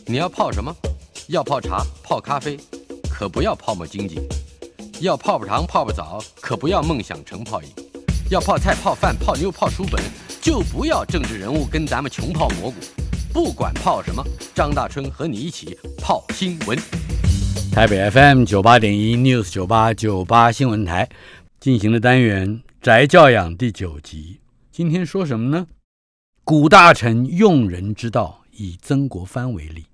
你要泡什么？要泡茶、泡咖啡，可不要泡沫经济；要泡泡糖、泡泡澡，可不要梦想成泡影；要泡菜、泡饭、泡妞、泡书本，就不要政治人物跟咱们穷泡蘑菇。不管泡什么，张大春和你一起泡新闻。 台北 FM 98.1 News 98新闻台进行的单元宅教养第9集，今天说什么呢？古大臣用人之道，以曾国藩为例。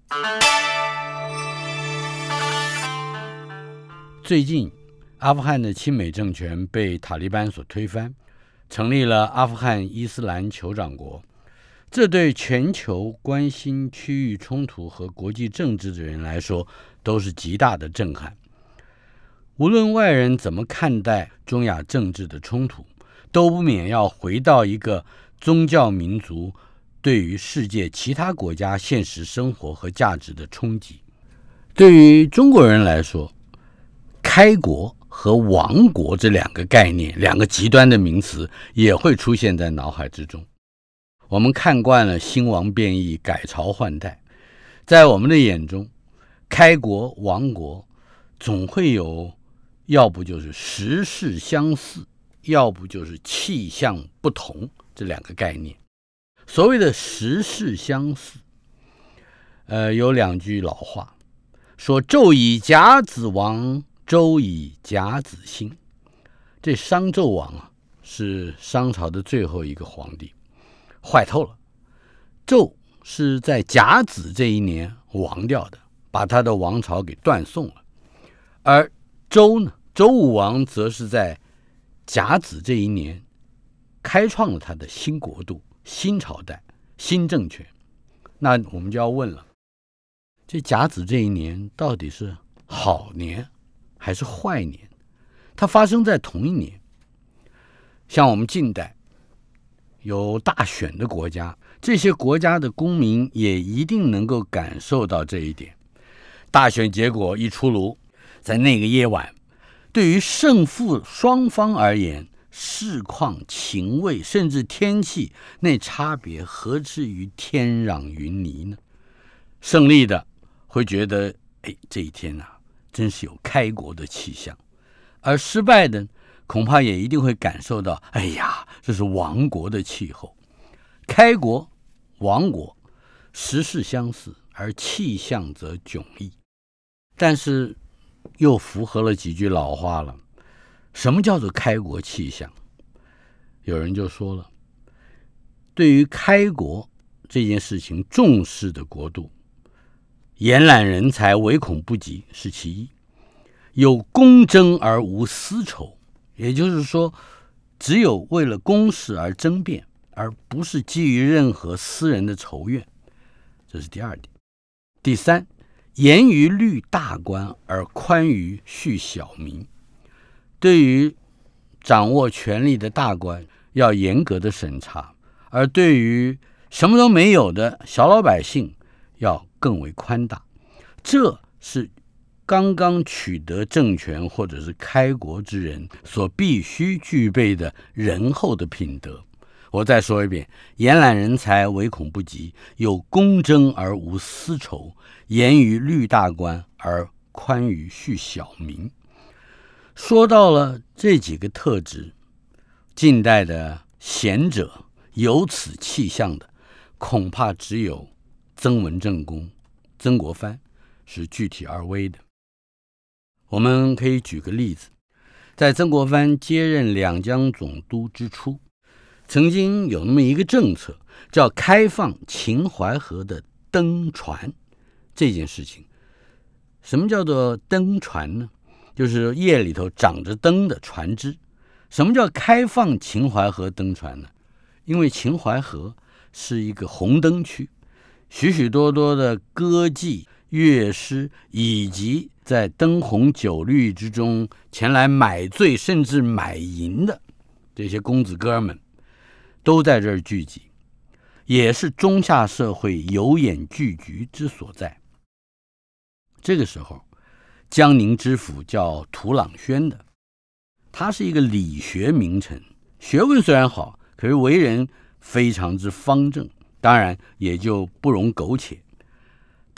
最近阿富汗的亲美政权被塔利班所推翻，成立了阿富汗伊斯兰酋长国，这对全球关心区域冲突和国际政治的人来说都是极大的震撼。无论外人怎么看待中亚政治的冲突，都不免要回到一个宗教民族对于世界其他国家现实生活和价值的冲击。对于中国人来说，开国和亡国这两个概念，两个极端的名词也会出现在脑海之中。我们看惯了兴亡变异、改朝换代，在我们的眼中，开国亡国总会有要不就是时势相似，要不就是气象不同这两个概念。所谓的时势相似，有两句老话说：纣以甲子亡，周以甲子兴。这商纣王啊，是商朝的最后一个皇帝，坏透了。纣是在甲子这一年亡掉的，把他的王朝给断送了。而周呢，周武王则是在甲子这一年开创了他的新国度、新朝代、新政权。那我们就要问了，这甲子这一年到底是好年还是坏年？它发生在同一年。像我们近代有大选的国家，这些国家的公民也一定能够感受到这一点。大选结果一出炉，在那个夜晚，对于胜负双方而言，市况、情味甚至天气，那差别何至于天壤云泥呢？胜利的会觉得，这一天啊，真是有开国的气象；而失败的恐怕也一定会感受到，这是亡国的气候。开国、亡国，时势相似，而气象则迥异。但是又符合了几句老话了。什么叫做开国气象？有人就说了，对于开国这件事情重视的国度，延揽人才，唯恐不及是其一。有公争而无私仇，也就是说，只有为了公事而争辩，而不是基于任何私人的仇怨，这是第二点。第三，严于律大官而宽于恤小民。对于掌握权力的大官要严格的审查，而对于什么都没有的小老百姓要更为宽大。这是刚刚取得政权或者是开国之人所必须具备的仁厚的品德。我再说一遍，延揽人才，唯恐不及，有公争而无私仇，严于律大官而宽于恤小民。说到了这几个特质，近代的贤者有此气象的，恐怕只有曾文正公、曾国藩是具体而微的。我们可以举个例子，在曾国藩接任两江总督之初，曾经有那么一个政策，叫开放秦淮河的登船这件事情。什么叫做登船呢？就是夜里头长着灯的船只。什么叫开放秦淮河登船呢？因为秦淮河是一个红灯区，许许多多的歌妓、乐师以及在灯红酒绿之中前来买醉甚至买淫的这些公子哥们都在这儿聚集，也是中下社会有眼聚局之所在。这个时候江宁知府叫涂朗宣的，他是一个理学名臣，学问虽然好，可是为人非常之方正，当然也就不容苟且。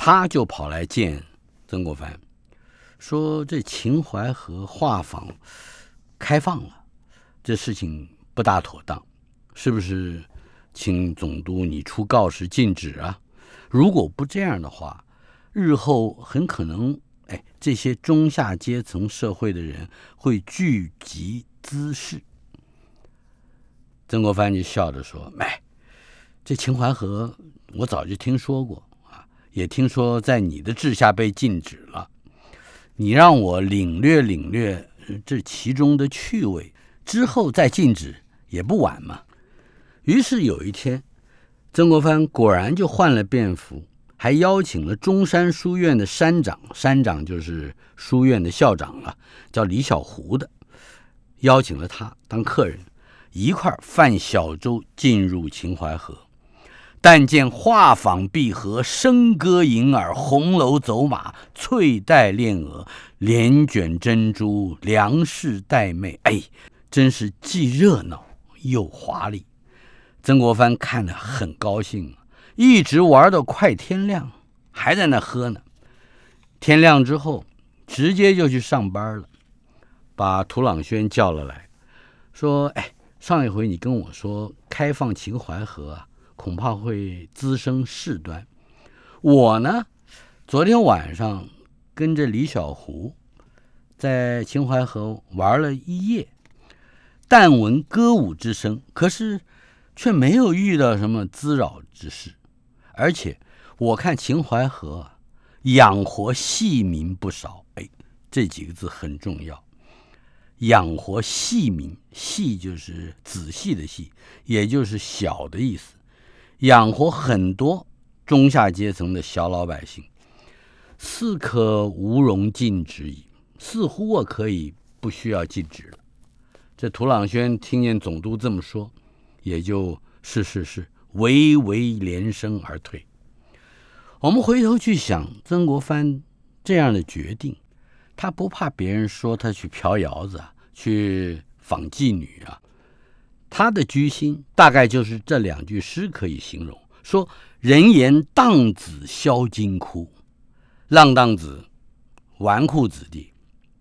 他就跑来见曾国藩，说这秦淮河画舫开放了，这事情不大妥当，是不是请总督你出告示禁止啊？如果不这样的话，日后很可能这些中下阶层社会的人会聚集滋事。曾国藩就笑着说，这秦淮河我早就听说过啊，也听说在你的治下被禁止了，你让我领略领略这其中的趣味，之后再禁止也不晚嘛。于是有一天，曾国藩果然就换了便服，还邀请了中山书院的山长，山长就是书院的校长了，叫李小湖的，邀请了他当客人，一块泛小舟进入秦淮河。但见画舫闭合，笙歌银耳，红楼走马，翠带练额，帘卷珍珠，梁饰带媚，真是既热闹又华丽。曾国藩看得很高兴，一直玩到快天亮，还在那喝呢。天亮之后，直接就去上班了，把涂朗轩叫了来，说：“上一回你跟我说开放秦淮河啊，恐怕会滋生事端。我呢，昨天晚上跟着李小湖在秦淮河玩了一夜，但闻歌舞之声，可是却没有遇到什么滋扰之事。而且我看秦淮河养活细民不少。”这几个字很重要，养活细民，细就是仔细的细，也就是小的意思，养活很多中下阶层的小老百姓，似可无容禁止矣，似乎我可以不需要禁止了。这涂朗轩听见总督这么说，也就是微微连声而退。我们回头去想曾国藩这样的决定，他不怕别人说他去嫖窑子去访妓女他的居心大概就是这两句诗可以形容，说人言荡子销金窟，浪荡子纨绔子弟，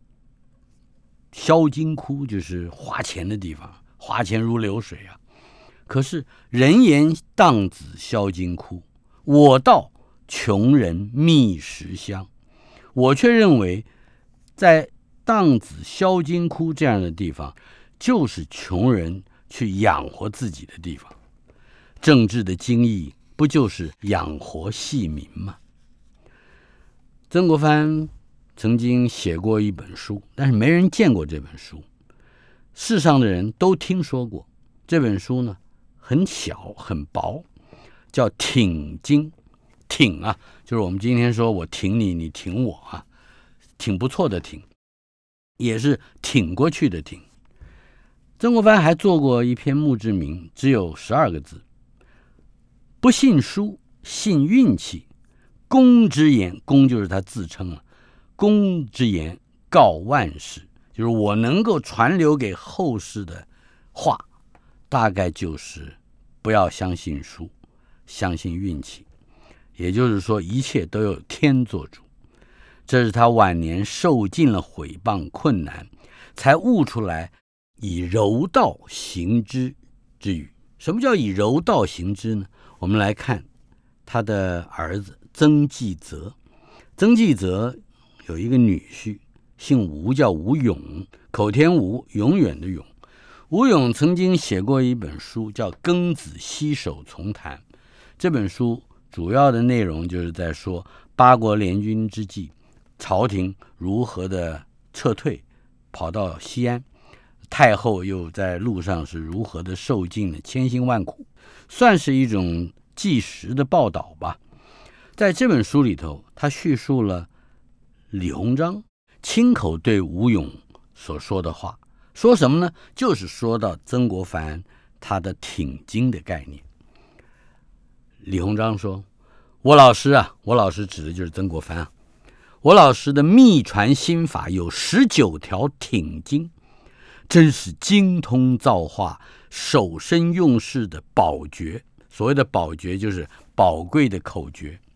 销金窟就是花钱的地方，花钱如流水可是人言荡子销金窟，我道穷人觅食香，我却认为在荡子销金窟这样的地方，就是穷人去养活自己的地方。政治的精义不就是养活细民吗？曾国藩曾经写过一本书，但是没人见过这本书，世上的人都听说过。这本书呢很小很薄，叫《挺经》。挺就是我们今天说我挺你，你挺我挺不错的挺，也是挺过去的挺。曾国藩还做过一篇墓志铭，只有12个字：不信书，信运气。公之言，公就是他自称公之言告万世，就是我能够传留给后世的话，大概就是不要相信书，相信运气。也就是说，一切都有天做主。这是他晚年受尽了毁谤困难，才悟出来以柔道行之之语。什么叫以柔道行之呢？我们来看他的儿子曾纪泽。曾纪泽有一个女婿，姓吴，叫吴永，口天吴，永远的永。吴永曾经写过一本书，叫《庚子西首从谈》。这本书主要的内容就是在说八国联军之际，朝廷如何的撤退，跑到西安，太后又在路上是如何的受尽了千辛万苦，算是一种纪实的报道吧。在这本书里头，他叙述了李鸿章亲口对吴永所说的话，说什么呢？就是说到曾国藩他的挺经的概念。李鸿章说，我老师我老师指的就是曾国藩我老师的秘传心法有19条挺经，真是精通造化，守身用事的宝诀。所谓的宝诀就是宝贵的口诀。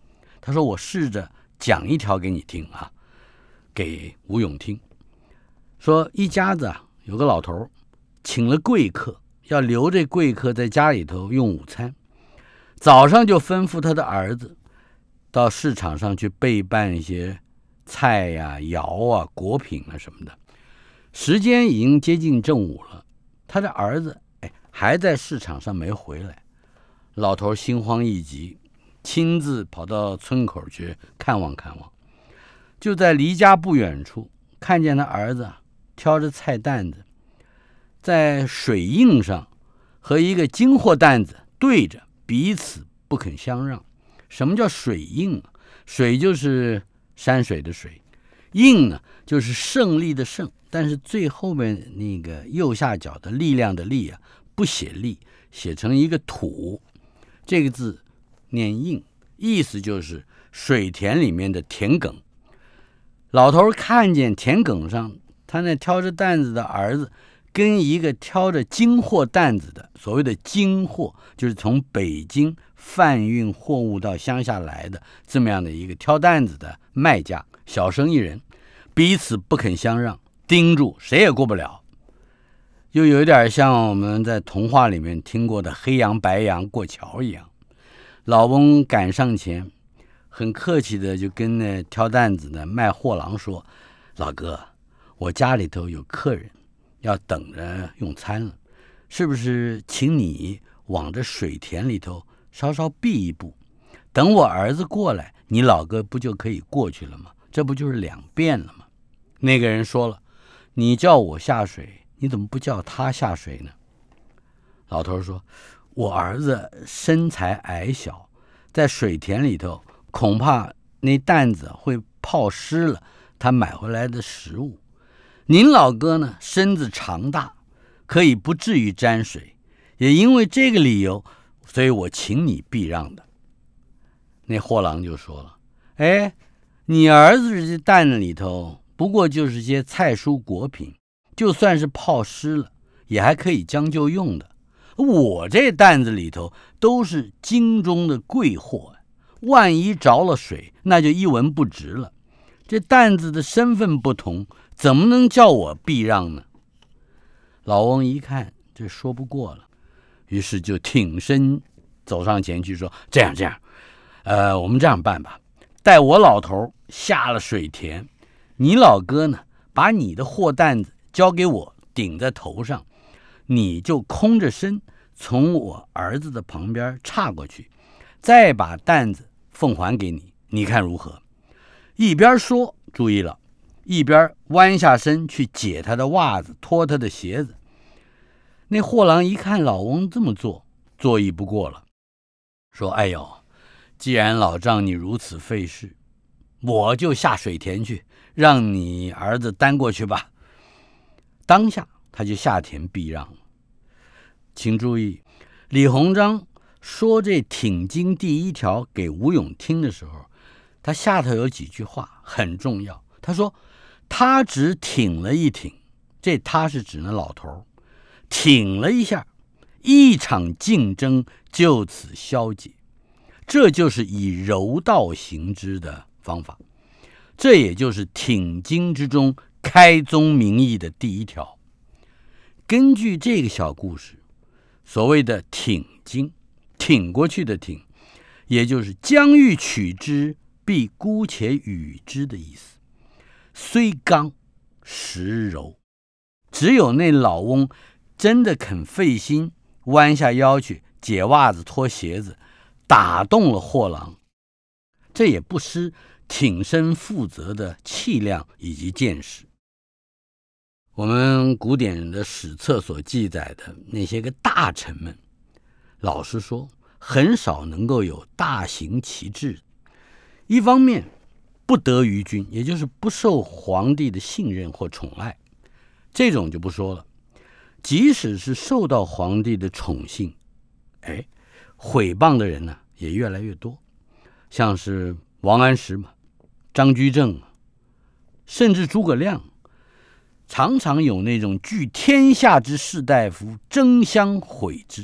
他说我试着讲一条给你听啊，给吴勇听。说一家子有个老头请了贵客，要留这贵客在家里头用午餐，早上就吩咐他的儿子到市场上去备办一些菜呀、肴啊、果品啊什么的。时间已经接近正午了，他的儿子还在市场上没回来。老头心慌意急，亲自跑到村口去看望看望。就在离家不远处，看见他儿子挑着菜担子，在水印上和一个金货担子对着，彼此不肯相让。什么叫水印啊？水就是山水的水，印呢就是胜利的胜，但是最后面那个右下角的力量的力不写力，写成一个土，这个字念印，意思就是水田里面的田埂。老头看见田埂上他那挑着担子的儿子跟一个挑着金货担子的，所谓的金货就是从北京贩运货物到乡下来的这么样的一个挑担子的卖家，小生意人，彼此不肯相让，盯住谁也过不了。又有点像我们在童话里面听过的黑羊白羊过桥一样。老翁赶上前，很客气的就跟那挑担子的卖货郎说，老哥，我家里头有客人要等着用餐了，是不是请你往这水田里头稍稍避一步，等我儿子过来，你老哥不就可以过去了吗？这不就是两便了吗？那个人说了，你叫我下水，你怎么不叫他下水呢？老头说，我儿子身材矮小，在水田里头恐怕那担子会泡湿了他买回来的食物。您老哥呢，身子长大，可以不至于沾水，也因为这个理由，所以我请你避让的。那货郎就说了，你儿子这担子里头不过就是些菜蔬果品，就算是泡湿了也还可以将就用的，我这担子里头都是京中的贵货，万一着了水，那就一文不值了。这担子的身份不同，怎么能叫我避让呢？老翁一看这说不过了，于是就挺身走上前去说，这样我们这样办吧，待我老头下了水田，你老哥呢把你的货担子交给我顶在头上，你就空着身从我儿子的旁边岔过去，再把担子奉还给你，你看如何？一边说，注意了，一边弯下身去解他的袜子，脱他的鞋子。那货郎一看老翁这么做，坐意不过了，说，哎呦，既然老丈你如此费事，我就下水田去，让你儿子担过去吧。当下他就下田避让了。请注意，李鸿章说这挺经第一条给吴勇听的时候，他下头有几句话很重要。他说他只挺了一挺，这他是指那老头，挺了一下，一场竞争就此消解，这就是以柔道行之的方法，这也就是挺经之中开宗明义的第一条。根据这个小故事，所谓的挺经，挺过去的挺，也就是将欲取之必姑且与之的意思。虽刚实柔，只有那老翁真的肯费心弯下腰去解袜子脱鞋子，打动了货郎，这也不失挺身负责的气量以及见识。我们古典的史册所记载的那些个大臣们，老实说很少能够有大行其志。一方面不得于君，也就是不受皇帝的信任或宠爱，这种就不说了。即使是受到皇帝的宠幸，毁谤的人呢也越来越多，像是王安石嘛，张居正甚至诸葛亮，常常有那种据天下之士大夫争相毁之。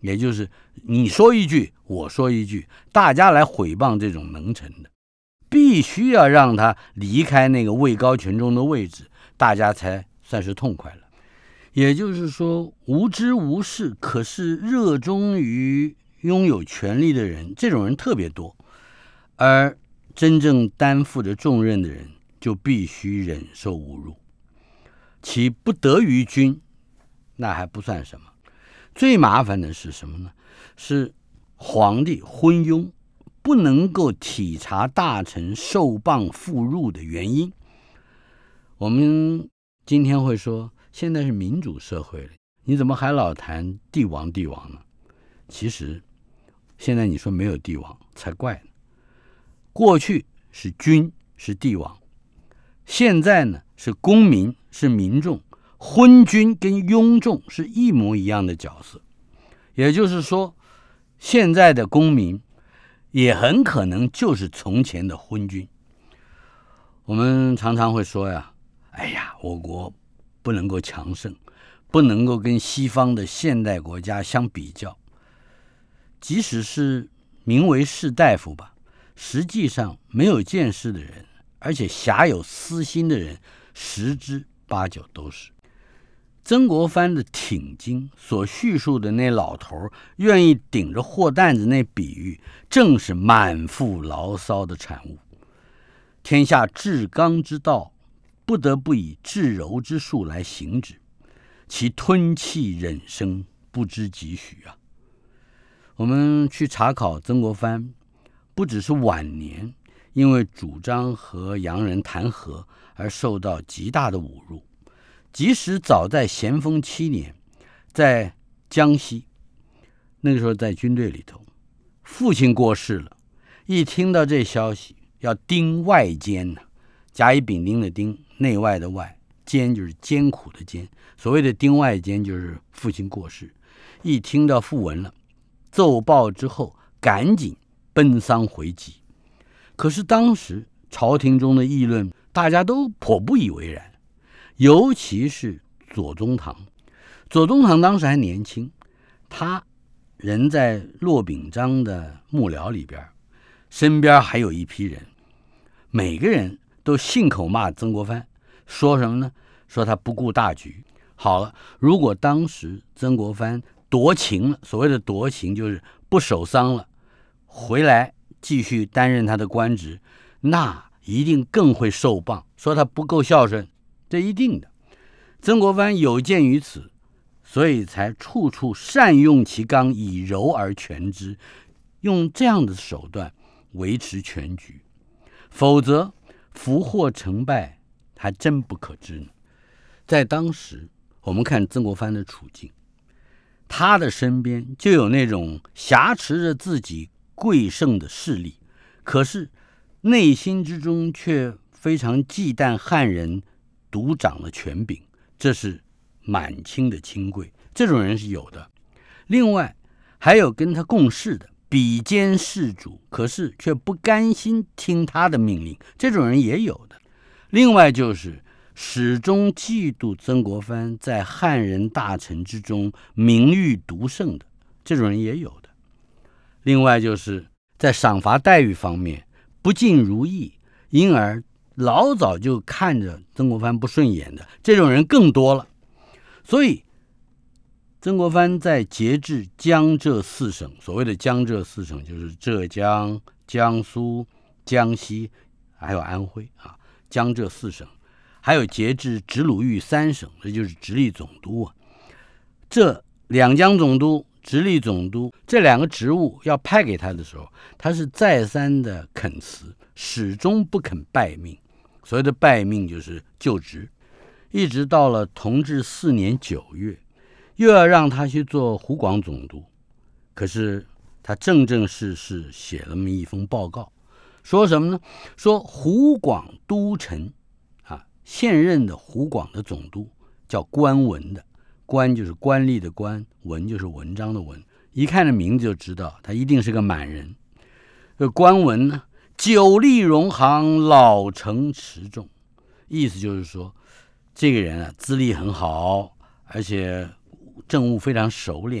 也就是你说一句我说一句，大家来毁谤这种能臣的，必须要让他离开那个位高权重的位置，大家才算是痛快了。也就是说，无知无识，可是热衷于拥有权力的人，这种人特别多，而真正担负着重任的人就必须忍受侮辱，其不得于君，那还不算什么。最麻烦的是什么呢？是皇帝昏庸，不能够体察大臣受谤附入的原因。我们今天会说，现在是民主社会了，你怎么还老谈帝王呢？其实现在你说没有帝王才怪呢。过去是君是帝王，现在呢是公民是民众，昏君跟庸众是一模一样的角色。也就是说，现在的公民也很可能就是从前的昏君。我们常常会说呀，哎呀，我国不能够强盛，不能够跟西方的现代国家相比较。即使是名为士大夫吧，实际上没有见识的人，而且狭有私心的人，十之八九都是。曾国藩的挺经所叙述的那老头愿意顶着货担子那比喻，正是满腹牢骚的产物。天下至刚之道，不得不以至柔之术来行之，其吞气忍声，不知几许啊！我们去查考曾国藩，不只是晚年因为主张和洋人谈和而受到极大的侮辱，即使早在咸丰7年，在江西，那个时候在军队里头，父亲过世了，一听到这消息，要丁外艰呢，甲乙丙丁的丁，内外的外，艰就是艰苦的艰，所谓的丁外艰就是父亲过世。一听到讣文了，奏报之后，赶紧奔丧回籍。可是当时朝廷中的议论，大家都颇不以为然，尤其是左宗棠。左宗棠当时还年轻，他人在骆秉章的幕僚里边，身边还有一批人，每个人都信口骂曾国藩，说什么呢？说他不顾大局。好了，如果当时曾国藩夺情了，所谓的夺情就是不守丧了，回来继续担任他的官职，那一定更会受谤，说他不够孝顺，这一定的。曾国藩有鉴于此，所以才处处善用其刚，以柔而全之，用这样的手段维持全局。否则福祸成败还真不可知呢。在当时我们看曾国藩的处境，他的身边就有那种挟持着自己贵盛的势力，可是内心之中却非常忌惮汉人独掌的权柄，这是满清的清贵，这种人是有的。另外还有跟他共事的，比肩事主，可是却不甘心听他的命令，这种人也有的。另外就是始终嫉妒曾国藩在汉人大臣之中名誉独盛的，这种人也有的。另外就是在赏罚待遇方面不尽如意，因而老早就看着曾国藩不顺眼的，这种人更多了。所以曾国藩在节制江浙四省，所谓的江浙四省就是浙江、江苏、江西还有安徽啊，江浙四省，还有节制直鲁豫3省，这就是直隶总督啊。这两江总督、直隶总督这两个职务要派给他的时候，他是再三的恳辞，始终不肯拜命。所谓的拜命就是就职，一直到了同治4年9月，又要让他去做湖广总督。可是他正正式式写了那么一封报告，说什么呢？说湖广都臣现任的湖广的总督叫官文的，官就是官吏的官，文就是文章的文，一看这名字就知道他一定是个满人。官文呢，久历荣行，老成持重，意思就是说这个人资历很好，而且政务非常熟练，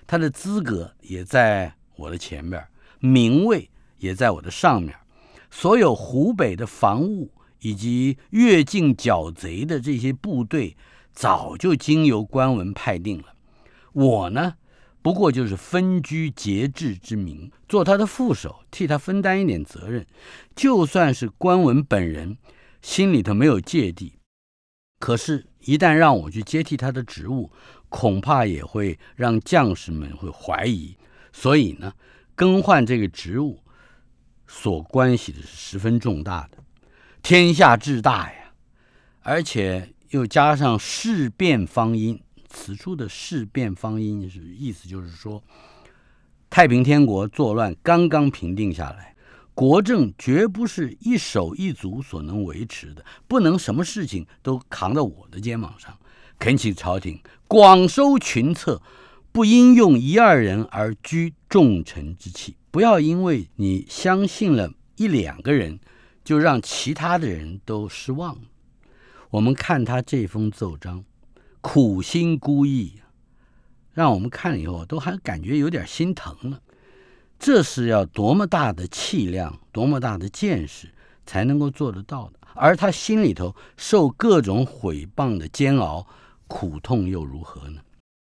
他的资格也在我的前面，名位也在我的上面，所有湖北的防务以及越境剿贼的这些部队早就经由官文派定了。我呢，不过就是分居节制之民，做他的副手，替他分担一点责任。就算是官文本人心里头没有芥蒂，可是一旦让我去接替他的职务，恐怕也会让将士们会怀疑。所以呢，更换这个职务所关系的是十分重大的。天下至大呀，而且又加上事变方音。此处的事变方音意思就是说，太平天国作乱刚刚平定下来，国政绝不是一手一足所能维持的，不能什么事情都扛到我的肩膀上。恳请朝廷广收群策，不因用一二人而居重臣之气，不要因为你相信了一两个人，就让其他的人都失望了。我们看他这封奏章，苦心孤诣，让我们看了以后都还感觉有点心疼了。这是要多么大的气量，多么大的见识才能够做得到的。而他心里头受各种毁谤的煎熬，苦痛又如何呢？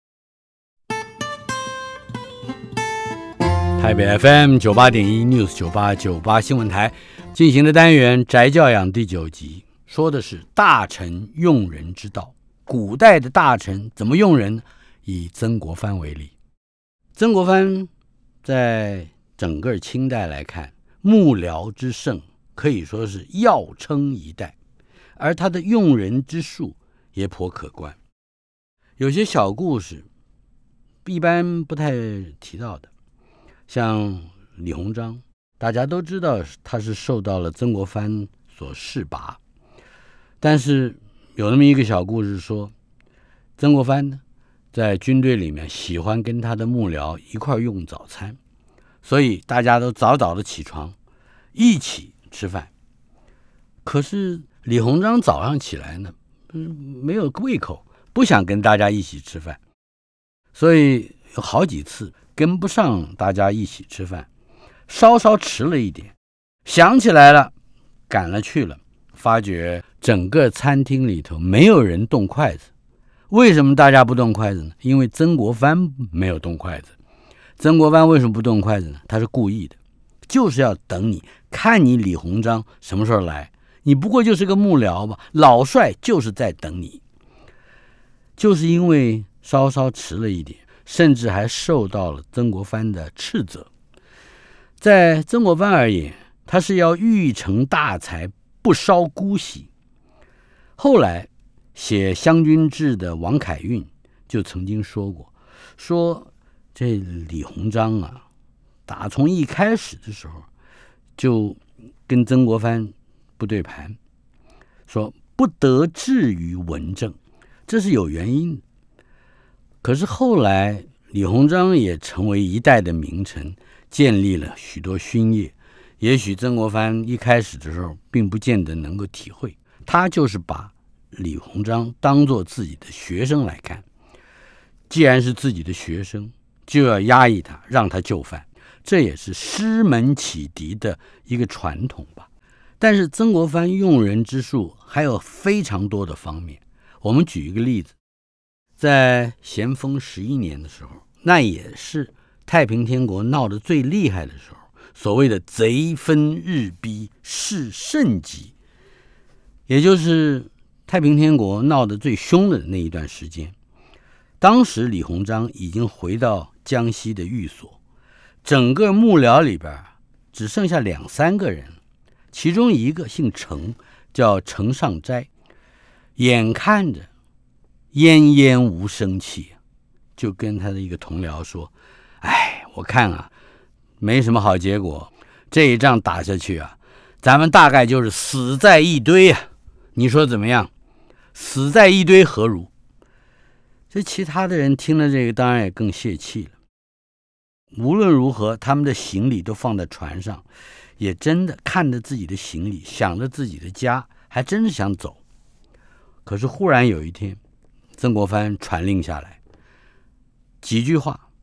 台北 FM 98.1 News 98新闻台进行的单元宅教养第9集，说的是大臣用人之道。古代的大臣怎么用人？以曾国藩为例。曾国藩在整个清代来看，幕僚之盛可以说是要称一代，而他的用人之术也颇可观。有些小故事一般不太提到的，像李鸿章，大家都知道他是受到了曾国藩所释拔，但是有那么一个小故事说，曾国藩呢在军队里面喜欢跟他的幕僚一块用早餐，所以大家都早早的起床一起吃饭。可是李鸿章早上起来呢，没有胃口，不想跟大家一起吃饭，所以有好几次跟不上大家一起吃饭，稍稍迟了一点，想起来了，赶了去了，发觉整个餐厅里头没有人动筷子。为什么大家不动筷子呢？因为曾国藩没有动筷子。曾国藩为什么不动筷子呢？他是故意的，就是要等你，看你李鸿章什么时候来，你不过就是个幕僚吧，老帅就是在等你。就是因为稍稍迟了一点，甚至还受到了曾国藩的斥责。在曾国藩而言，他是要欲成大才，不稍姑息。后来写《湘军志》的王凯运就曾经说过，说这李鸿章啊，打从一开始的时候就跟曾国藩不对盘，说不得志于文政，这是有原因的。可是后来李鸿章也成为一代的名臣，建立了许多勋业，也许曾国藩一开始的时候并不见得能够体会，他就是把李鸿章当作自己的学生来看，既然是自己的学生，就要压抑他，让他就范，这也是师门启迪的一个传统吧。但是曾国藩用人之术还有非常多的方面。我们举一个例子，在咸丰11年的时候，那也是太平天国闹得最厉害的时候，所谓的贼分日逼，事甚急，也就是太平天国闹得最凶的那一段时间。当时李鸿章已经回到江西的寓所，整个幕僚里边只剩下2-3个人，其中一个姓程，叫程尚斋，眼看着奄奄无生气，就跟他的一个同僚说，我看啊没什么好结果，这一仗打下去啊，咱们大概就是死在一堆啊，你说怎么样？死在一堆何如？这其他的人听了这个当然也更泄气了。无论如何，他们的行李都放在船上，也真的看着自己的行李，想着自己的家，还真是想走。可是忽然有一天，曾国藩传令下来，几句话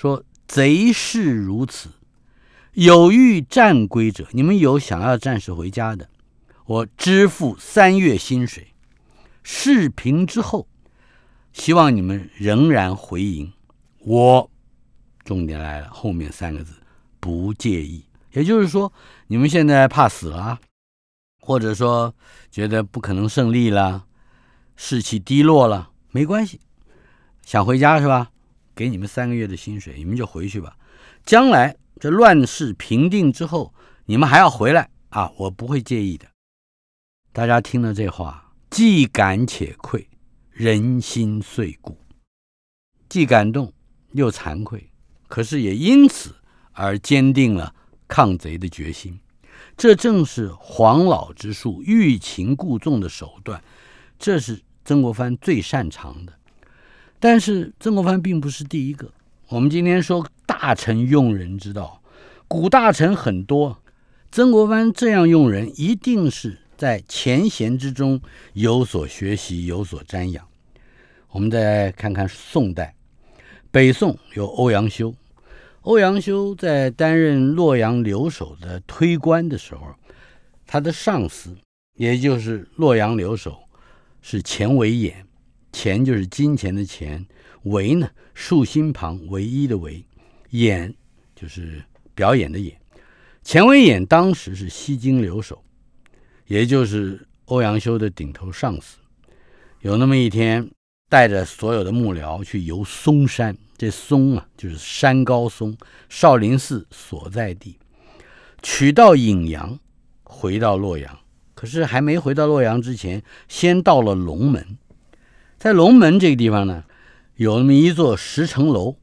说贼是如此，有欲暂归者，你们有想要暂时回家的，我支付3月薪水，事平之后，希望你们仍然回营。我，重点来了，后面3个字，不介意。也就是说，你们现在怕死了，或者说觉得不可能胜利了，士气低落了，没关系，想回家是吧？给你们3个月的薪水，你们就回去吧。将来这乱世平定之后，你们还要回来啊，我不会介意的。大家听了这话，既感且愧，人心碎骨，既感动又惭愧，可是也因此而坚定了抗贼的决心。这正是黄老之术，欲擒故纵的手段，这是曾国藩最擅长的。但是曾国藩并不是第一个。我们今天说大臣用人之道，古大臣很多，曾国藩这样用人，一定是在前贤之中有所学习，有所瞻仰。我们再看看宋代，北宋有欧阳修。欧阳修在担任洛阳留守的推官的时候，他的上司也就是洛阳留守是钱惟衍，钱就是金钱的钱，惟呢竖心旁唯一的唯，演就是表演的演。钱惟衍当时是西京留守，也就是欧阳修的顶头上司。有那么一天，带着所有的幕僚去游嵩山，这嵩啊就是山高松，少林寺所在地，取道颍阳，回到洛阳。可是还没回到洛阳之前，先到了龙门。在龙门这个地方呢，有那么一座10层楼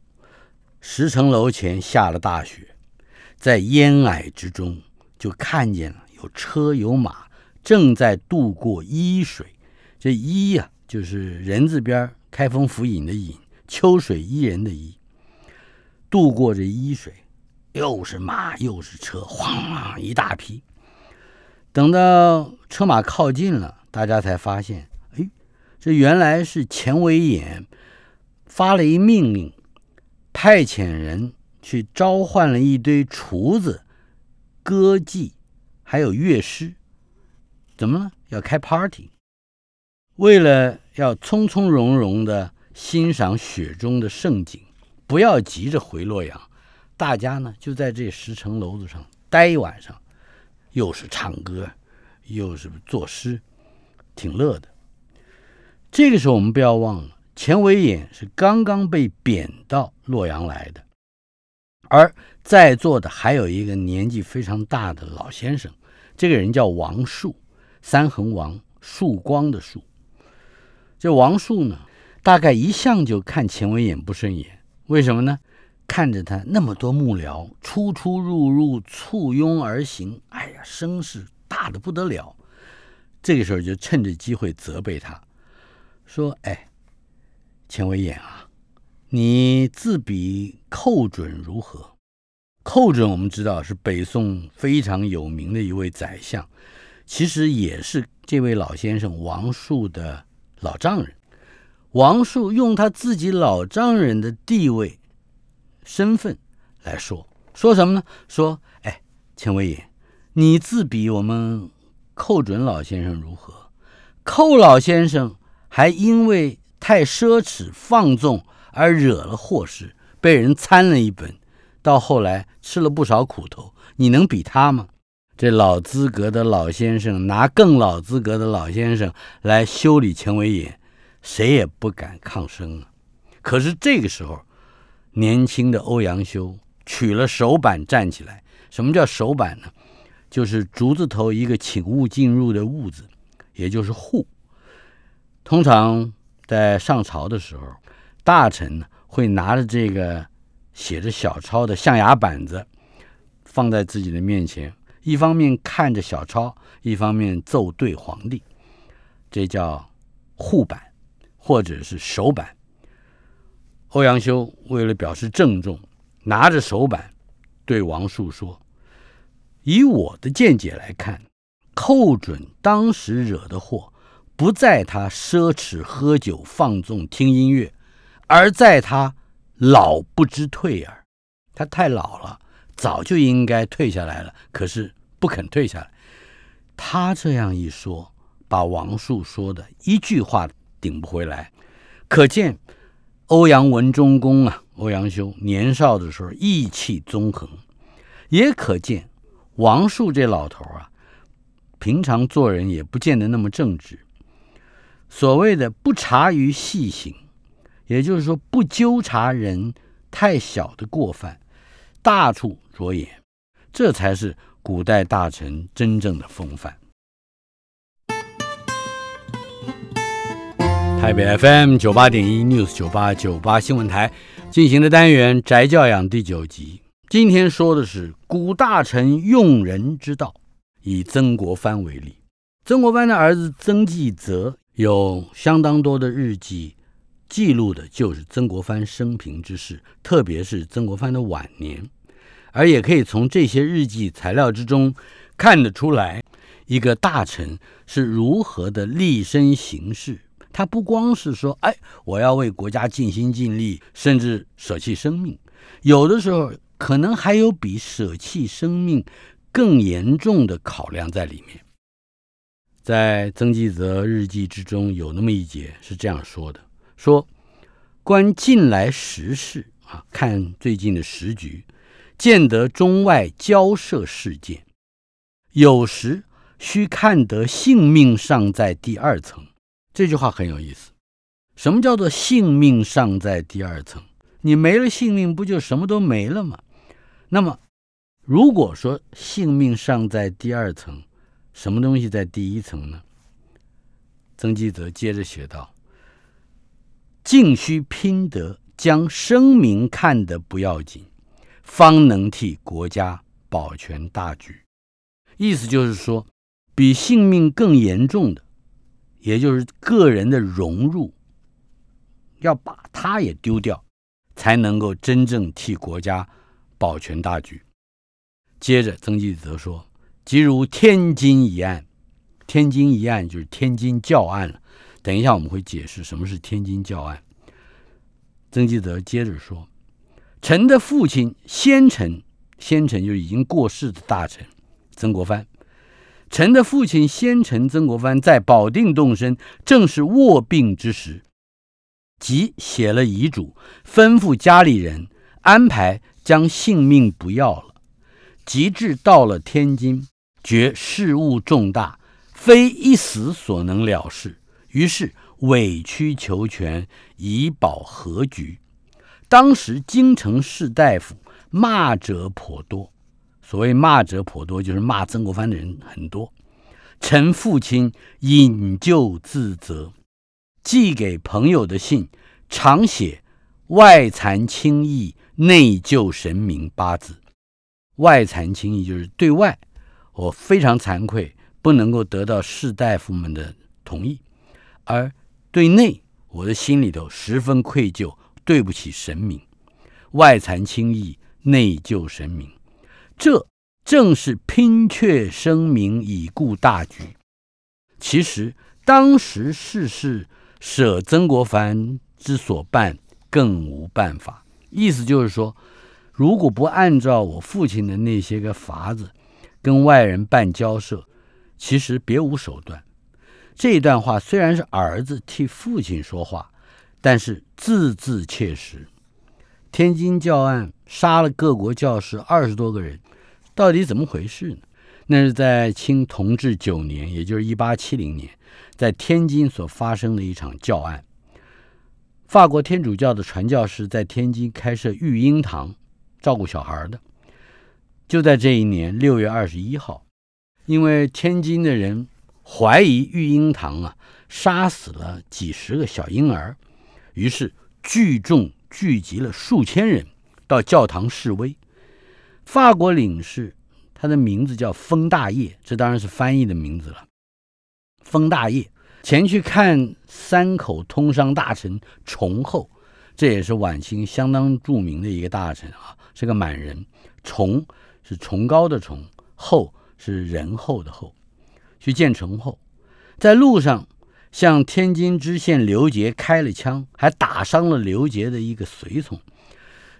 ，10层楼前下了大雪，在烟霭之中就看见了有车有马正在渡过伊水。这伊啊就是人字边开封府尹的尹，秋水伊人的伊，渡过这伊水，又是马又是车，哗一大批。等到车马靠近了，大家才发现，这原来是钱惟衍发了一命令，派遣人去召唤了一堆厨子、歌妓，还有乐师。怎么呢？要开 party。为了要从从容容的欣赏雪中的盛景，不要急着回洛阳，大家呢就在这10层楼子上待一晚上，又是唱歌，又是作诗，挺乐的。这个时候我们不要忘了，钱惟衍是刚刚被贬到洛阳来的，而在座的还有一个年纪非常大的老先生，这个人叫王树，三横王，曙光的曙。这王树呢，大概一向就看钱惟衍不顺眼。为什么呢？看着他那么多幕僚出出入入，簇拥而行，声势大得不得了。这个时候就趁着机会责备他，说钱惟衍啊，你自比寇准如何？寇准我们知道是北宋非常有名的一位宰相，其实也是这位老先生王树的老丈人。王树用他自己老丈人的地位身份来说什么呢？说钱惟衍，你自比我们寇准老先生如何？寇老先生还因为太奢侈放纵而惹了祸事，被人参了一本，到后来吃了不少苦头，你能比他吗？这老资格的老先生拿更老资格的老先生来修理钱惟衍，谁也不敢抗声啊。可是这个时候，年轻的欧阳修取了手板站起来。什么叫手板呢？就是竹字头一个请勿进入的勿字，也就是户。通常在上朝的时候，大臣呢会拿着这个写着小抄的象牙板子放在自己的面前，一方面看着小抄，一方面奏对皇帝，这叫户板或者是手板。欧阳修为了表示郑重，拿着手板对王树说，以我的见解来看，寇准当时惹的祸不在他奢侈喝酒放纵听音乐，而在他老不知退耳。他太老了，早就应该退下来了，可是不肯退下来。他这样一说，把王树说的一句话顶不回来，可见欧阳文忠公欧阳修年少的时候意气纵横，也可见王树这老头平常做人也不见得那么正直。所谓的不察于细行，也就是说不纠察人太小的过犯，大处着眼，这才是古代大臣真正的风范。台北 FM 98.1 News 98新闻台进行的单元宅教养第9集，今天说的是古大臣用人之道，以曾国藩为例。曾国藩的儿子曾纪泽有相当多的日记，记录的就是曾国藩生平之事，特别是曾国藩的晚年，而也可以从这些日记材料之中看得出来，一个大臣是如何的立身行事。他不光是说我要为国家尽心尽力，甚至舍弃生命，有的时候可能还有比舍弃生命更严重的考量在里面。在曾纪泽日记之中有那么一节是这样说的，说观近来时事看最近的时局，见得中外交涉事件，有时须看得性命尚在第二层。这句话很有意思。什么叫做性命尚在第二层？你没了性命，不就什么都没了吗？那么如果说性命尚在第二层，什么东西在第一层呢？曾纪泽接着写道，竟须拼得将生命看得不要紧，方能替国家保全大局。意思就是说，比性命更严重的，也就是个人的荣辱，要把它也丢掉，才能够真正替国家保全大局。接着曾纪泽说，即如天津一案，天津一案就是天津教案了。等一下我们会解释什么是天津教案。曾纪泽接着说，臣的父亲先臣就是已经过世的大臣曾国藩，臣的父亲先臣曾国藩在保定动身，正是卧病之时，即写了遗嘱，吩咐家里人安排将性命不要了。及至到了天津，觉事务重大，非一死所能了事，于是委曲求全，以保和局。当时京城士大夫骂者颇多，所谓骂者颇多，就是骂曾国藩的人很多。臣父亲引咎自责，寄给朋友的信常写外惭轻意，内疚神明8字。外惭轻意就是对外我非常惭愧，不能够得到士大夫们的同意，而对内我的心里头十分愧疚，对不起神明。外惭轻意，内疚神明，这正是拼却声名以顾大局。其实当时世事舍曾国藩之所办，更无办法。意思就是说，如果不按照我父亲的那些个法子跟外人办交涉，其实别无手段。这一段话虽然是儿子替父亲说话，但是字字切实。天津教案杀了各国教士20多个人，到底怎么回事呢？那是在清同治9年，也就是1870年，在天津所发生的一场教案。法国天主教的传教士在天津开设育婴堂，照顾小孩的。就在这一年6月21号，因为天津的人怀疑育婴堂杀死了几十个小婴儿，于是聚集了数千人到教堂示威。法国领事他的名字叫封大业，这当然是翻译的名字了。封大业前去看3口通商大臣崇厚，这也是晚清相当著名的一个大臣是个满人。崇是崇高的崇，厚是仁厚的厚。去见崇厚，在路上向天津知县刘杰开了枪，还打伤了刘杰的一个随从。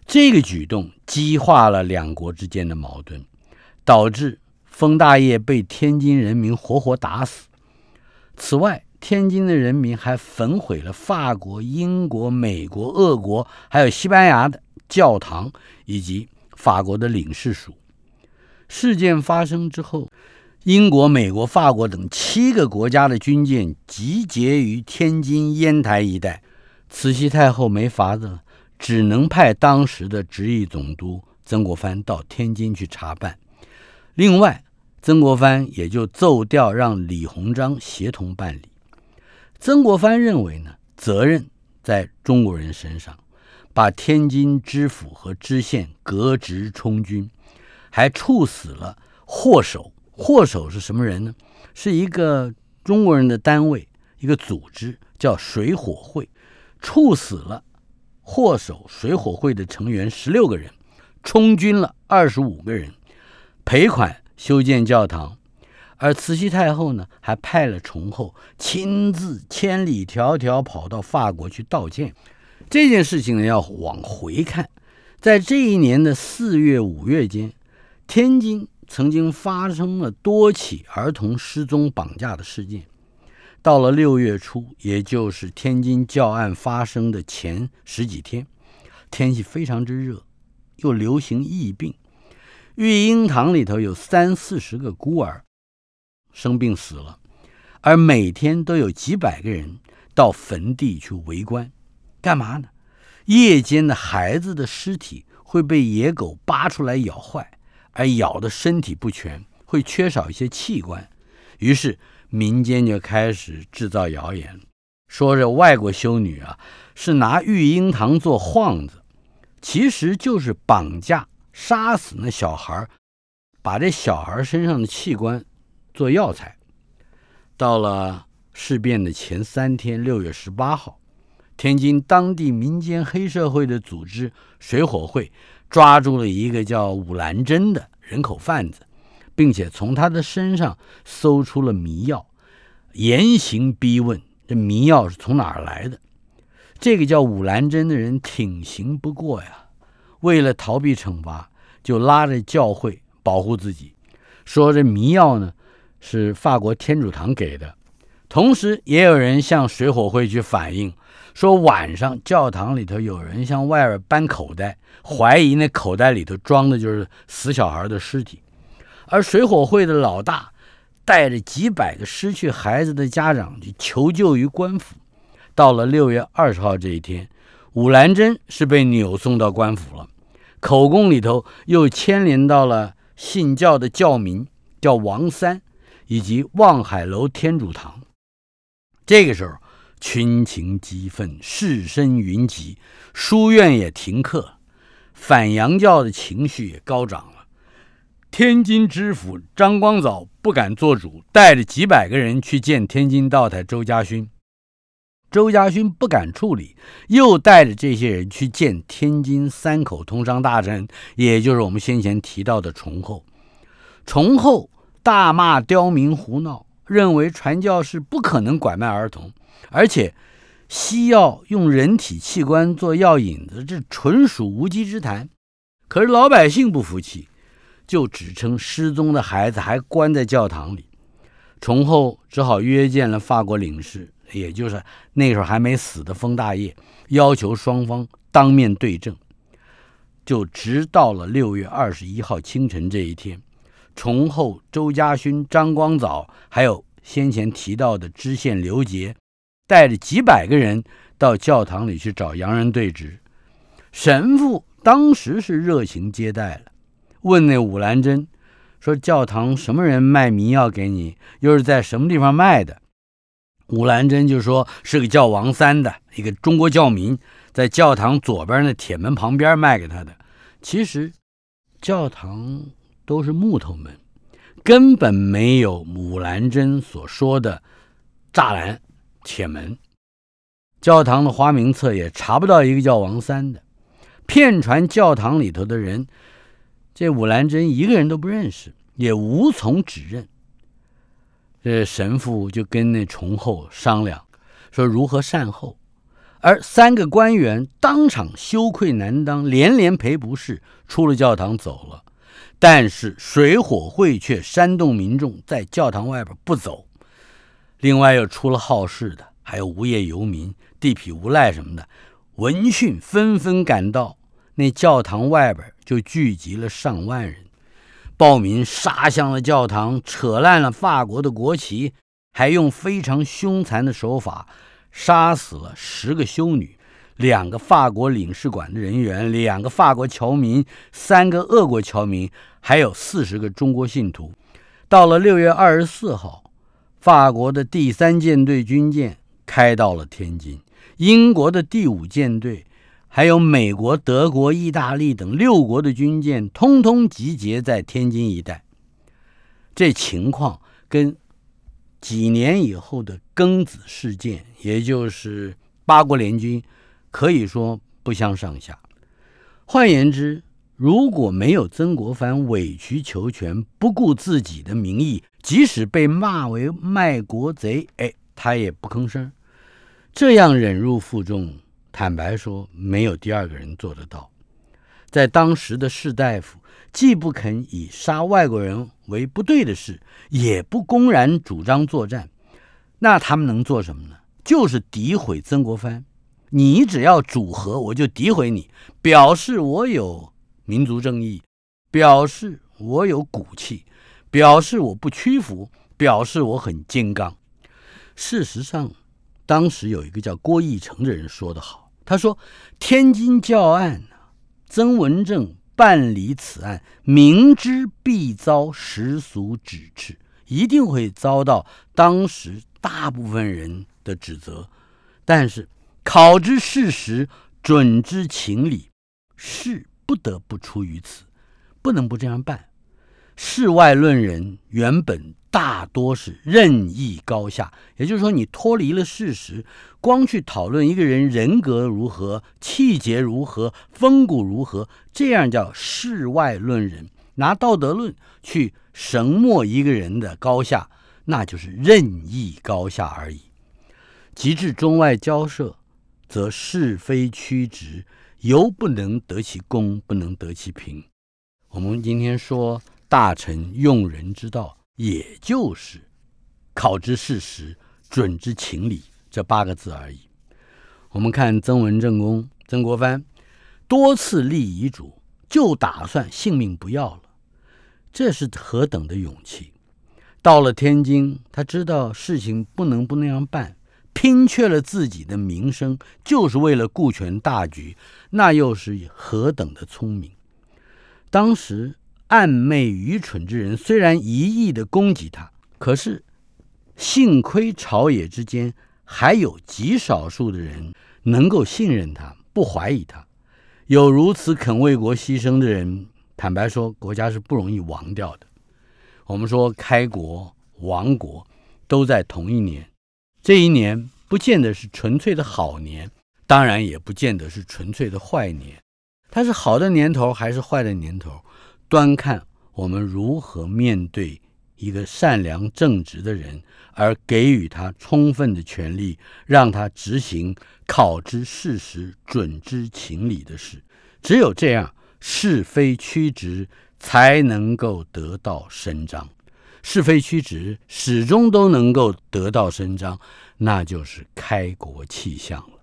这个举动激化了两国之间的矛盾，导致封大业被天津人民活活打死。此外，天津的人民还焚毁了法国、英国、美国、俄国还有西班牙的教堂以及法国的领事署。事件发生之后，英国、美国、法国等7个国家的军舰集结于天津烟台一带。慈禧太后没法子了，只能派当时的直隶总督曾国藩到天津去查办。另外，曾国藩也就奏调让李鸿章协同办理。曾国藩认为呢，责任在中国人身上，把天津知府和知县革职充军，还处死了祸首。祸首是什么人呢？是一个中国人的单位，一个组织叫水火会，处死了祸首水火会的成员16个人，充军了25个人，赔款修建教堂。而慈禧太后呢，还派了崇厚亲自千里迢迢跑到法国去道歉。这件事情呢，要往回看，在这一年的4月、5月间，天津曾经发生了多起儿童失踪绑架的事件。到了6月初，也就是天津教案发生的前10几天，天气非常之热，又流行疫病，育婴堂里头有30-40个孤儿生病死了，而每天都有几百个人到坟地去围观。干嘛呢？夜间的孩子的尸体会被野狗扒出来咬坏，而咬的身体不全，会缺少一些器官。于是民间就开始制造谣言，说这外国修女是拿育婴堂做幌子，其实就是绑架杀死那小孩，把这小孩身上的器官做药材。到了事变的前3天，6月18号，天津当地民间黑社会的组织水火会抓住了一个叫武兰珍的人口贩子，并且从他的身上搜出了迷药，严刑逼问这迷药是从哪儿来的。这个叫武兰珍的人挺刑不过呀，为了逃避惩罚，就拉着教会保护自己，说这迷药呢是法国天主堂给的。同时也有人向水火会去反映，说晚上教堂里头有人向外边搬口袋，怀疑那口袋里头装的就是死小孩的尸体。而水火会的老大带着几百个失去孩子的家长去求救于官府。到了6月20号这一天，武兰珍是被扭送到官府了，口供里头又牵连到了信教的教民，叫王三，以及望海楼天主堂。这个时候群情激愤，士绅云集，书院也停课，反洋教的情绪也高涨了。天津知府张光藻不敢做主，带着几百个人去见天津道台周家勋。周家勋不敢处理，又带着这些人去见天津3口通商大臣，也就是我们先前提到的崇厚。崇厚大骂刁民胡闹，认为传教士不可能拐卖儿童，而且西药用人体器官做药引子，这纯属无稽之谈。可是老百姓不服气，就指称失踪的孩子还关在教堂里。崇厚只好约见了法国领事，也就是那时候还没死的封大业，要求双方当面对证。就直到了6月21号清晨这一天，崇厚、周家勋、张光藻，还有先前提到的知县刘杰，带着几百个人到教堂里去找洋人对质。神父当时是热情接待了，问那武兰珍说，教堂什么人卖迷药给你，又是在什么地方卖的？武兰珍就说是个叫王三的一个中国教民，在教堂左边的铁门旁边卖给他的。其实教堂都是木头门，根本没有武兰珍所说的栅栏铁门。教堂的花名册也查不到一个叫王三的。骗传教堂里头的人，这武兰珍一个人都不认识，也无从指认。这神父就跟那崇厚商量，说如何善后。 而3个官员当场羞愧难当，连连赔不是，出了教堂走了。但是水火会却煽动民众在教堂外边不走。另外又出了好事的，还有无业游民、地痞无赖什么的，闻讯纷纷赶到，那教堂外边就聚集了上万人。暴民杀向了教堂，扯烂了法国的国旗，还用非常凶残的手法杀死了10个修女、2个法国领事馆的人员、2个法国侨民、3个俄国侨民，还有40个中国信徒。到了6月24号，法国的第3舰队军舰开到了天津，英国的第5舰队还有美国、德国、意大利等6国的军舰通通集结在天津一带。这情况跟几年以后的庚子事件，也就是8国联军，可以说不相上下。换言之，如果没有曾国藩委曲求全，不顾自己的名义，即使被骂为卖国贼，他也不吭声。这样忍辱负重，坦白说，没有第2个人做得到。在当时的士大夫，既不肯以杀外国人为不对的事，也不公然主张作战，那他们能做什么呢？就是诋毁曾国藩。你只要主和，我就诋毁你，表示我有民族正义，表示我有骨气，表示我不屈服，表示我很金刚。事实上，当时有一个叫郭义成的人说得好，他说天津教案，曾文正办理此案，明知必遭世俗指斥，一定会遭到当时大部分人的指责，但是考之事实，准之情理，是不得不出于此，不能不这样办。世外论人原本大多是任意高下，也就是说，你脱离了事实，光去讨论一个人人格如何、气节如何、风骨如何，这样叫世外论人。拿道德论去绳墨一个人的高下，那就是任意高下而已。及至中外交涉，则是非曲直，犹不能得其公，不能得其平。我们今天说大臣用人之道，也就是考之事实，准之情理，这8个字而已。我们看曾文正公曾国藩多次立遗嘱，就打算性命不要了，这是何等的勇气。到了天津，他知道事情不能不那样办，拼却了自己的名声，就是为了顾全大局，那又是何等的聪明。当时暗昧愚蠢之人虽然一意的攻击他，可是幸亏朝野之间还有极少数的人能够信任他，不怀疑他。有如此肯为国牺牲的人，坦白说，国家是不容易亡掉的。我们说开国亡国都在同一年，这一年不见得是纯粹的好年，当然也不见得是纯粹的坏年。它是好的年头还是坏的年头，端看我们如何面对一个善良正直的人，而给予他充分的权利，让他执行考之事实、准之情理的事。只有这样，是非曲直才能够得到伸张。是非曲直始终都能够得到伸张，那就是开国气象了。